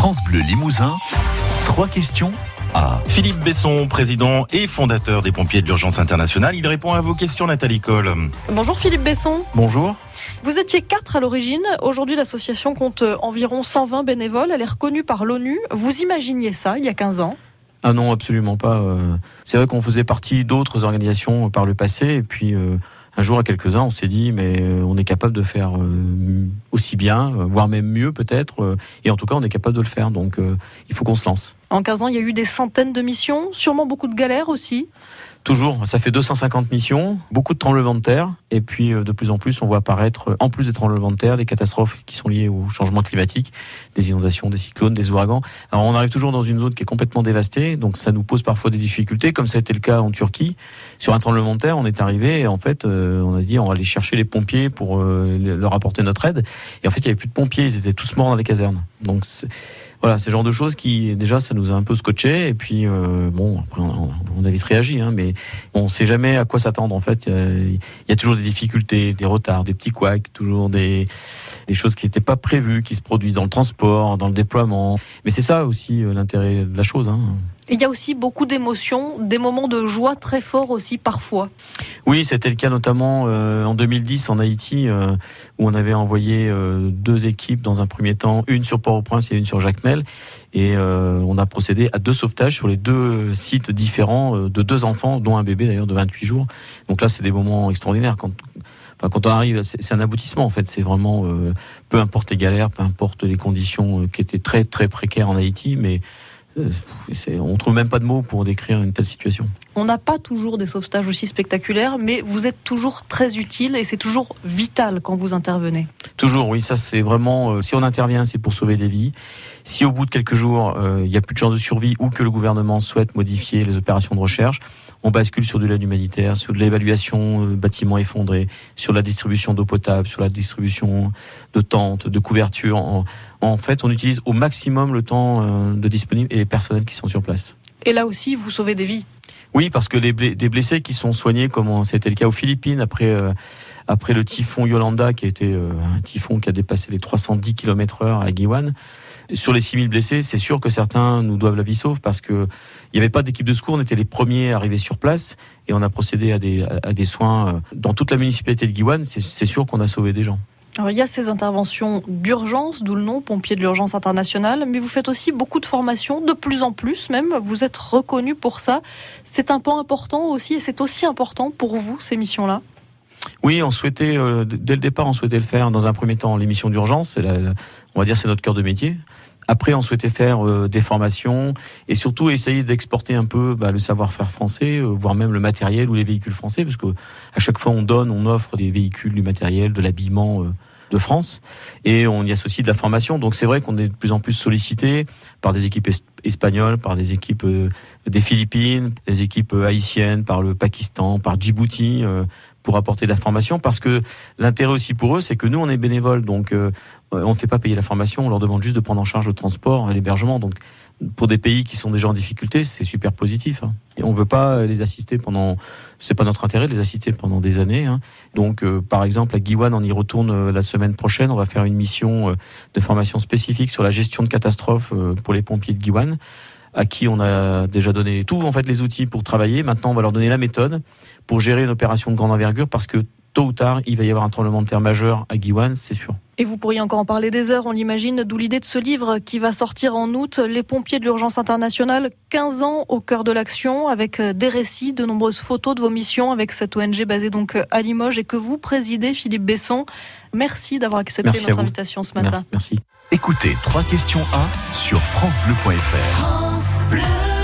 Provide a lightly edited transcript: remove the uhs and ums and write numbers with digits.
France Bleu Limousin, 3 questions à Philippe Besson, président et fondateur des Pompiers de l'Urgence Internationale. Il répond à vos questions, Nathalie Coll. Bonjour Philippe Besson. Bonjour. Vous étiez 4 à l'origine. Aujourd'hui, l'association compte environ 120 bénévoles. Elle est reconnue par l'ONU. Vous imaginiez ça il y a 15 ans ? Ah non, absolument pas. C'est vrai qu'on faisait partie d'autres organisations par le passé. Et puis, un jour, à quelques-uns, on s'est dit, mais on est capable de faire aussi bien, voire même mieux peut-être. Et en tout cas, on est capable de le faire. Donc, il faut qu'on se lance. En 15 ans, il y a eu des centaines de missions, sûrement beaucoup de galères aussi. Toujours, ça fait 250 missions, beaucoup de tremblements de terre, et puis de plus en plus, on voit apparaître, en plus des tremblements de terre, des catastrophes qui sont liées au changement climatique, des inondations, des cyclones, des ouragans. Alors on arrive toujours dans une zone qui est complètement dévastée, donc ça nous pose parfois des difficultés, comme ça a été le cas en Turquie. Sur un tremblement de terre, on est arrivé, et en fait, on a dit on va aller chercher les pompiers pour leur apporter notre aide, et en fait, il n'y avait plus de pompiers, ils étaient tous morts dans les casernes. Donc voilà, c'est le genre de choses qui, déjà, ça nous a un peu scotché. Et puis, après, on a vite réagi, mais on ne sait jamais à quoi s'attendre. En fait, il y a toujours des difficultés, des retards, des petits couacs, toujours des choses qui n'étaient pas prévues, qui se produisent dans le transport, dans le déploiement. Mais c'est ça aussi l'intérêt de la chose. Il y a aussi beaucoup d'émotions, des moments de joie très forts aussi parfois. Oui, c'était le cas notamment en 2010 en Haïti, où on avait envoyé 2 équipes dans un premier temps, une sur Port-au-Prince et une sur Jacmel. Et on a procédé à 2 sauvetages sur les 2 sites différents de 2 enfants, dont un bébé d'ailleurs de 28 jours. Donc là, c'est des moments extraordinaires. Quand on arrive, c'est un aboutissement en fait. C'est vraiment, peu importe les galères, peu importe les conditions qui étaient très très précaires en Haïti, mais on trouve même pas de mots pour décrire une telle situation. On n'a pas toujours des sauvetages aussi spectaculaires, mais vous êtes toujours très utile et c'est toujours vital quand vous intervenez. Toujours, oui, ça c'est vraiment, si on intervient, c'est pour sauver des vies. Si au bout de quelques jours, il n'y a plus de chance de survie ou que le gouvernement souhaite modifier les opérations de recherche, on bascule sur de l'aide humanitaire, sur de l'évaluation de bâtiments effondrés, sur la distribution d'eau potable, sur la distribution de tentes, de couvertures. En fait, on utilise au maximum le temps de disponible et les personnels qui sont sur place. Et là aussi, vous sauvez des vies. Oui, parce que des blessés qui sont soignés, comme c'était le cas aux Philippines, après le typhon Yolanda, qui a été un typhon qui a dépassé les 310 km/h à Guiwan. Sur les 6000 blessés, c'est sûr que certains nous doivent la vie sauve parce que il n'y avait pas d'équipe de secours, on était les premiers arrivés sur place et on a procédé à des soins dans toute la municipalité de Guiwan. C'est sûr qu'on a sauvé des gens. Alors, il y a ces interventions d'urgence, d'où le nom Pompiers de l'Urgence Internationale, mais vous faites aussi beaucoup de formations, de plus en plus même, vous êtes reconnu pour ça. C'est un pan important aussi, et c'est aussi important pour vous, ces missions-là ? Oui, on souhaitait, dès le départ, on souhaitait le faire dans un premier temps, les missions d'urgence, on va dire c'est notre cœur de métier. Après, on souhaitait faire des formations et surtout essayer d'exporter un peu le savoir-faire français, voire même le matériel ou les véhicules français, parce que à chaque fois on offre des véhicules, du matériel, de l'habillement de France, et on y associe de la formation. Donc c'est vrai qu'on est de plus en plus sollicité par des équipes espagnoles, par des équipes des Philippines, des équipes haïtiennes, par le Pakistan, par Djibouti, pour apporter de la formation, parce que l'intérêt aussi pour eux, c'est que nous on est bénévoles, donc on ne fait pas payer la formation, on leur demande juste de prendre en charge le transport et l'hébergement. Donc pour des pays qui sont déjà en difficulté, c'est super positif. Et on veut pas les assister c'est pas notre intérêt de les assister pendant des années. Donc par exemple à Guiwan, on y retourne la semaine prochaine, on va faire une mission de formation spécifique sur la gestion de catastrophes pour les pompiers de Guiwan, à qui on a déjà donné les outils pour travailler. Maintenant, on va leur donner la méthode pour gérer une opération de grande envergure, parce que tôt ou tard, il va y avoir un tremblement de terre majeur à Guiwan, c'est sûr. Et vous pourriez encore en parler des heures, on l'imagine, d'où l'idée de ce livre qui va sortir en août, Les Pompiers de l'Urgence Internationale, 15 ans au cœur de l'action, avec des récits, de nombreuses photos de vos missions, avec cette ONG basée donc à Limoges et que vous présidez, Philippe Besson. Merci d'avoir accepté notre invitation ce matin. Merci. Écoutez 3 questions à sur francebleu.fr. France Bleu.